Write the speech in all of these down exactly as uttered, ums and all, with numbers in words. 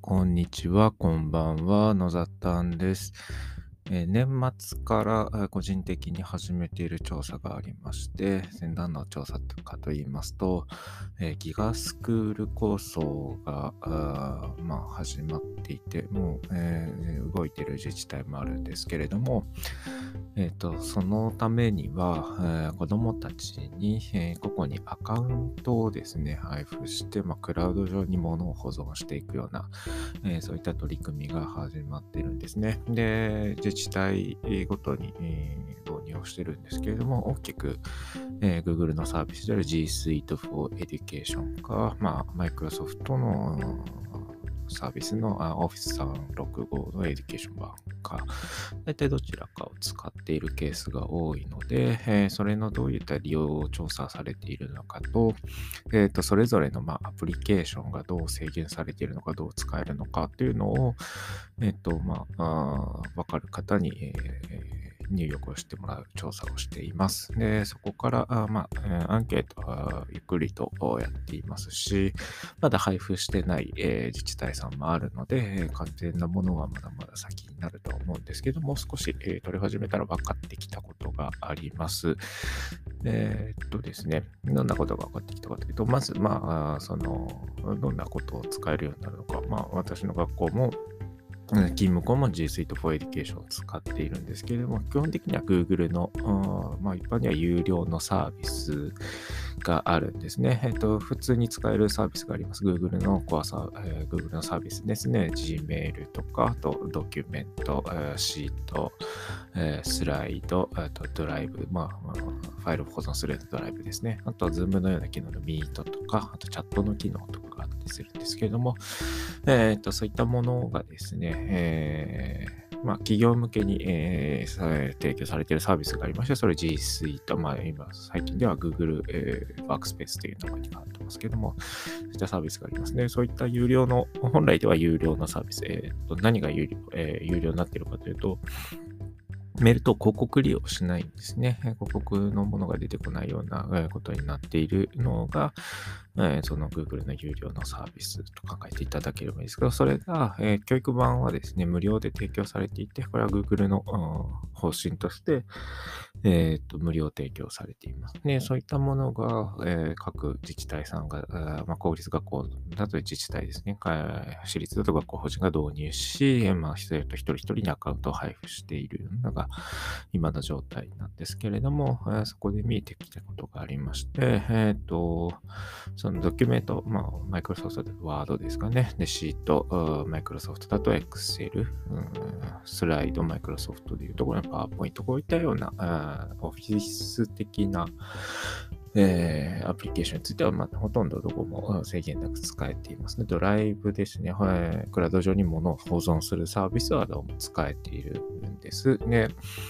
こんにちは、こんばんは、野ざたんです。えー年末からえー個人的に始めている調査がありまして、何の調査かと言いますと、えーギガスクール構想が、あーまあ、始まっていて、もう、えー動いている自治体もあるんですけれども、えーと、そのためには、えー子どもたちに、えー個々にアカウントをですね、配布して、まあ、クラウド上に物を保存していくような、えーそういった取り組みが始まっているんですね。で、自治体ごとに、えー導入をしてるんですけれども、大きく、えー Google のサービスである G Suite for Education か、まあ、Microsoft のサービスのあ Office さんろくごのエデュケーション版か、大体どちらかを使っているケースが多いので、えーそれのどういった利用を調査されているのかと、えーと、それぞれの、まあ、アプリケーションがどう制限されているのか、どう使えるのかっていうのを、えっ、と、まあ、あーわかる方に、えー入力をしてもらう調査をしています。で、そこから、あーまあ、えーアンケートはゆっくりとやっていますし、まだ配布してない、えー自治体さんもあるので、えー完全なものはまだまだ先になると思うんですけども、少し、えー取り始めたら分かってきたことがあります。えーっとですね、どんなことが分かってきたかというと、まず、まあ、あーその、どんなことを使えるようになるのか、まあ、私の学校も、うん勤務校も G Suite for Education を使っているんですけれども、基本的には Google の、あーまあ、一般には有料のサービスがあるんですね。えっと、普通に使えるサービスがあります。Google のコアサー、えー Google のサービスですね。Gmail とか、あとドキュメント、えーシート、えースライド、あとドライブ、まあ、まあファイルを保存するドライブですね。あとは Zoom のような機能の Meet とか、あとチャットの機能とかがあったりするんですけれども、えっと、そういったものがですね、えーまあ、企業向けに、えーさ提供されているサービスがありまして、それ G Suite、まあ、今、最近では Google、えー、Workspace という名前に変わってますけども、そういったサービスがありますね。そういった有料の、本来では有料のサービス、えーと何が有料、えー有料になっているかというと、メールと広告利用しないんですね。えー広告のものが出てこないようなえーことになっているのが、えーその Google の有料のサービスと考えていただければいいですけど、それが、えー教育版はですね、無料で提供されていて、これは Google のうん方針として、えーと、無料提供されています。で、そういったものが、えー各自治体さんが、あーまあ、公立学校だと自治体ですね、か私立だと学校法人が導入し、えーまあ、生徒一人一人にアカウントを配布しているのが今の状態なんですけれども、えーそこで見えてきたことがありまして、えっと、そのドキュメント、まあ、マイクロソフトだと Word ですかね。で、シート、マイクロソフトだと Excel、うんスライド、マイクロソフトでいうところの PowerPoint、こういったような、あーオフィス的な、えーアプリケーションについては、まあ、ほとんどどこもうん制限なく使えていますね。ドライブですね。はい、クラウド上に物を保存するサービスはどうも使えているんですね。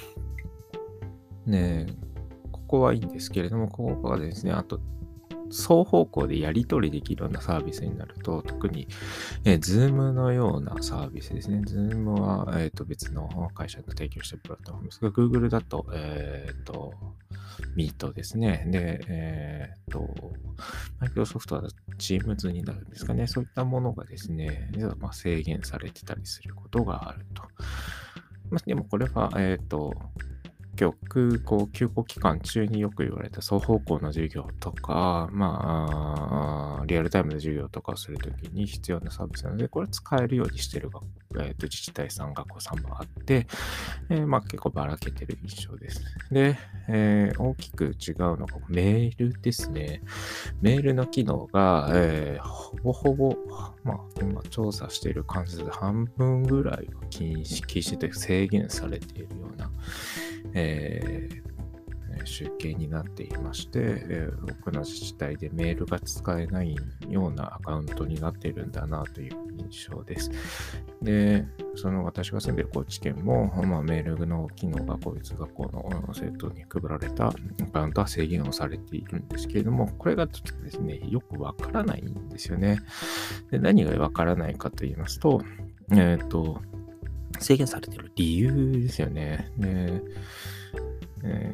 ねここはいいんですけれども、ここがですね、あと、双方向でやり取りできるようなサービスになると、特に、えー、Zoom のようなサービスですね。Zoom は、えーと別の会社が提供しているプラットフォームですが、Google だと、えっ、と、Meet ですね。で、えっ、と、Microsoft は Teams になるんですかね。そういったものがですね、実はまあ制限されてたりすることがあると。まあ、でもこれは、えっ、と、局、こう、休校期間中によく言われた双方向の授業とか、まあ、リアルタイムの授業とかをするときに必要なサービスなので、これ使えるようにしている学、えーと自治体さん、学校さんもあって、えーまあ結構ばらけてる印象です。で、えー大きく違うのがメールですね。メールの機能が、えーほぼほぼ、まあ、今調査している関数で半分ぐらいは禁止、禁止というか制限されているような、えー集計になっていまして、えー多くの自治体でメールが使えないようなアカウントになっているんだなという印象です。で、その私が住んでいる高知県も、まあ、メールの機能が公立学校の生徒に配られたアカウントは制限をされているんですけれども、これがちょっとですね、よくわからないんですよね。で、何がわからないかと言いますと、えっ、と、制限されている理由ですよね。でえー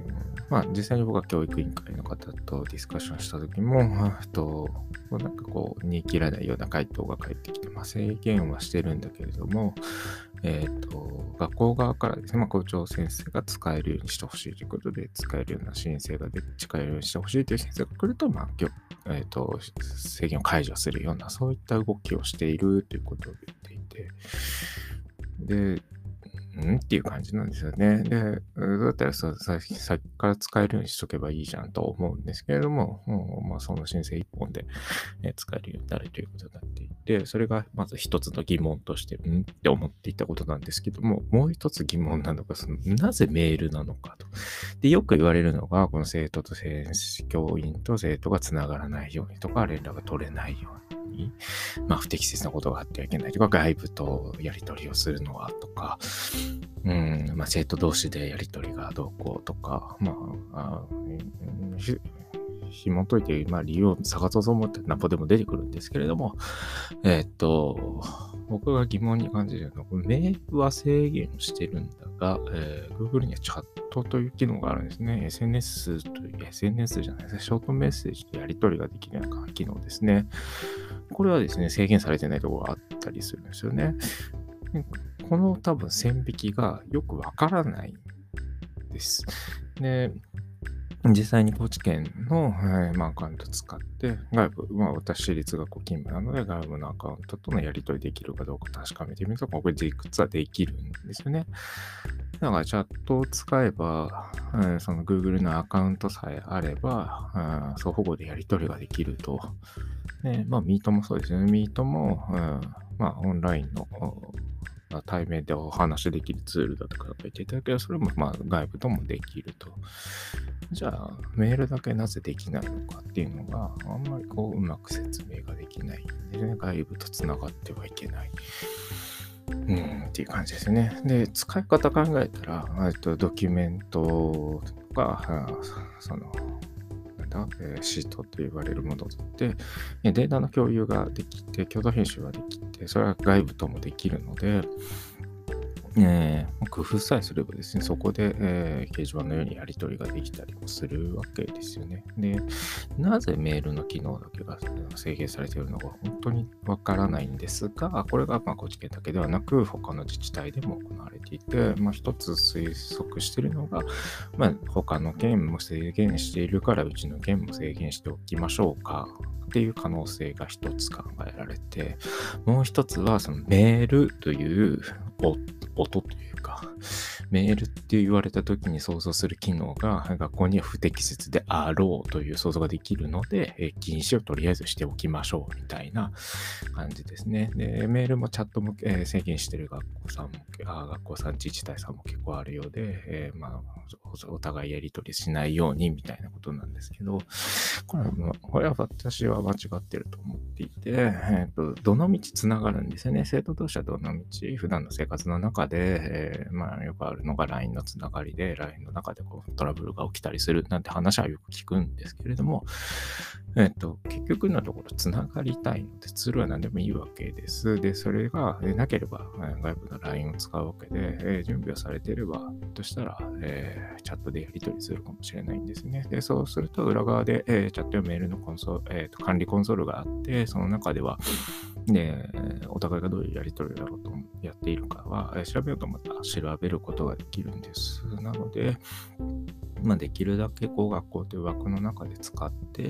まあ実際に僕は教育委員会の方とディスカッションした時も、あと、なんかこう、煮切らないような回答が返ってきて、まあ制限はしてるんだけれども、えっと、学校側からですね、まあ校長先生が使えるようにしてほしいということで、使えるような申請がで使えるようにしてほしいという先生が来ると、まあ今日、えっと、制限を解除するような、そういった動きをしているということを言っていて、で、んっていう感じなんですよね。で、だったらささ先から使えるようにしとけばいいじゃんと思うんですけれども、もうまあ、その申請一本で、え使えるようになるということになっていて、それがまず一つの疑問として、んって思っていたことなんですけども、もう一つ疑問なのが、そのなぜメールなのかと。で、よく言われるのが、この生徒と先生、教員と生徒がつながらないようにとか、連絡が取れないように。まあ、不適切なことがあってはいけないとか、外部とやり取りをするのはとか、うん、まあ、生徒同士でやり取りがどうこうとか、まあ、あひ紐解いて、まあ、理由を探そうと思ってなんぼでも出てくるんですけれども、えーっと、僕が疑問に感じるのは、メールは制限をしてるんだが、えー Google にはチャットという機能があるんですね。エスエヌエス という、エスエヌエス じゃないですね。ショートメッセージでやり取りができるような機能ですね。これはですね、制限されてないところがあったりするんですよね。この多分線引きがよくわからないんです。で、実際に高知県の、えーまあ、アカウント使って、外部、まあ、私、私立学校勤務なので、外部のアカウントとのやり取りできるかどうか確かめてみると、これ実はできるんですよね。だから、チャットを使えば、えーその Google のアカウントさえあれば、あー双方向でやり取りができると。で、まあ、ミートもそうですよね。ミートも、うんまあ、オンラインの対面でお話できるツールだとか言っていただければ、それもまあ外部ともできると。じゃあ、メールだけなぜできないのかっていうのがあんまりこううまく説明ができないんでね、外部とつながってはいけない。うんっていう感じですね。で、使い方考えたら、えっとドキュメントとか、あその、なんだ、えーシートと言われるもので、えデータの共有ができて、共同編集ができて、それは外部ともできるので、えー工夫さえすればですね、そこで、えー掲示板のようにやり取りができたりもするわけですよね。で、なぜメールの機能だけが制限されているのか本当にわからないんですが、これがまあ高知県だけではなく、他の自治体でも行われていて、まあ、一つ推測しているのが、まあ、他の県も制限しているから、うちの県も制限しておきましょうか。っていう可能性が一つ考えられて、もう一つはそのメールという音というか、メールって言われた時に想像する機能が学校には不適切であろうという想像ができるので、えー禁止をとりあえずしておきましょうみたいな感じですね。で、メールもチャットも、えー制限してる学校さんも、あ学校さん、自治体さんも結構あるようで、えーまあ、おお互いやり取りしないようにみたいなことなんですけど、これは、まあこれは私は間違ってると思っていて、えーと、どの道つながるんですよね。生徒同士はどの道、普段の生活の中で、えーまあ、よくあるのが ライン のつながりで、ライン の中でこうトラブルが起きたりするなんて話はよく聞くんですけれども、えっと、結局のところつながりたいので、ツールは何でもいいわけです。で、それがえなければ、えー外部の ライン を使うわけで、えー準備をされていれば、としたら、えーチャットでやり取りするかもしれないんですね。で、そうすると裏側で、えーチャットやメールのコンソール、えーと管理コンソールがあって、その中では、で、お互いがどういうやり取りだろうとやっているかは、えー調べようと思ったら調べることができるんです。なので、まあ、できるだけこう学校という枠の中で使って、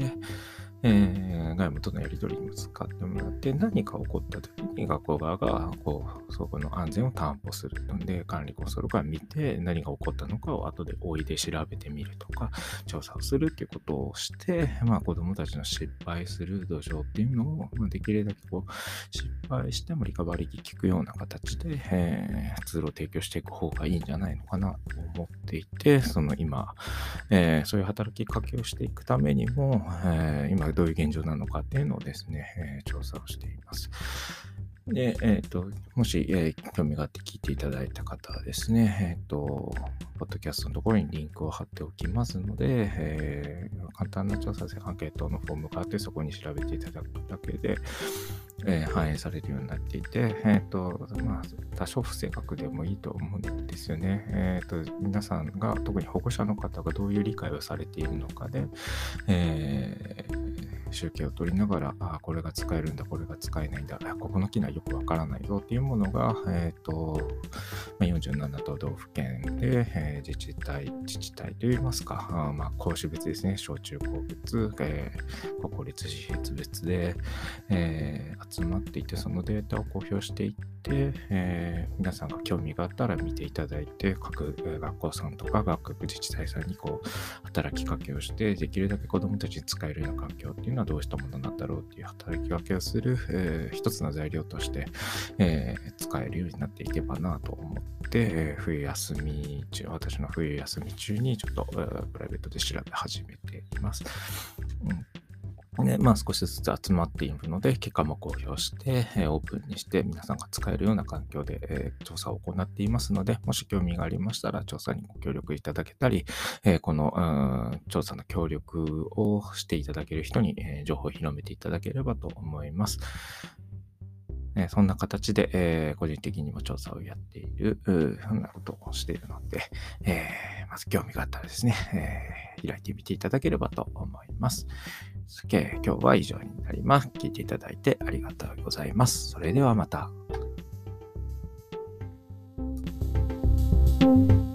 えー外部とのやり取りにも使ってもらって、何か起こった時に学校側がこうそこの安全を担保するので、管理コンソールから見て何が起こったのかを後で追いで調べてみるとか、調査をするっていうことをして、まあ、子どもたちの失敗する土壌っていうのを、まあ、できるだけこう失敗してもリカバリーに効くような形で、えーツールを提供していく方がいいんじゃないのかなと思っていて、その今、えーそういう働きかけをしていくためにも、えー今どういう現状なのかっていうのをですね、えー調査をしています。 で、えっと、もし、えー興味があって聞いていただいた方はですね、えっと、ポッドキャストのところにリンクを貼っておきますので、えー簡単な調査アンケートのフォームがあって、そこに調べていただくだけで、えー反映されるようになっていて、えっと、まあ、多少不正確でもいいと思うんですよね。えっと、皆さんが、特に保護者の方がどういう理解をされているのかで、えー集計を取りながら、あこれが使えるんだ、これが使えないんだ、あここの機能はよくわからないぞっていうものが、えっ、と、まあ、よんじゅうなな都道府県で、えー自治体、自治体といいますか、あまあ、公私別ですね、小中高別、えー国公立私立別で、えー集まっていて、そのデータを公表していって、えー皆さんが興味があったら見ていただいて、各えー学校さんとか各自治体さんにこう働きかけをして、できるだけ子どもたちに使えるような環境っていうのはどうしたものなんだろうっていう働きかけをする、えー一つの材料として、えー使えるようになっていけばなと思って、えー冬休み中、私の冬休み中にちょっと、えープライベートで調べ始めています。うんで、まあ少しずつ集まっているので、結果も公表して、えーオープンにして皆さんが使えるような環境で、えー調査を行っていますので、もし興味がありましたら調査にご協力いただけたり、えーこの、うん調査の協力をしていただける人に、えー情報を広めていただければと思います。えーそんな形で、えー個人的にも調査をやっている、うそんなことをしているので、えーまず興味があったらですね、えー開いてみていただければと思います。えー今日は以上になります。聞いていただいてありがとうございます。それではまた。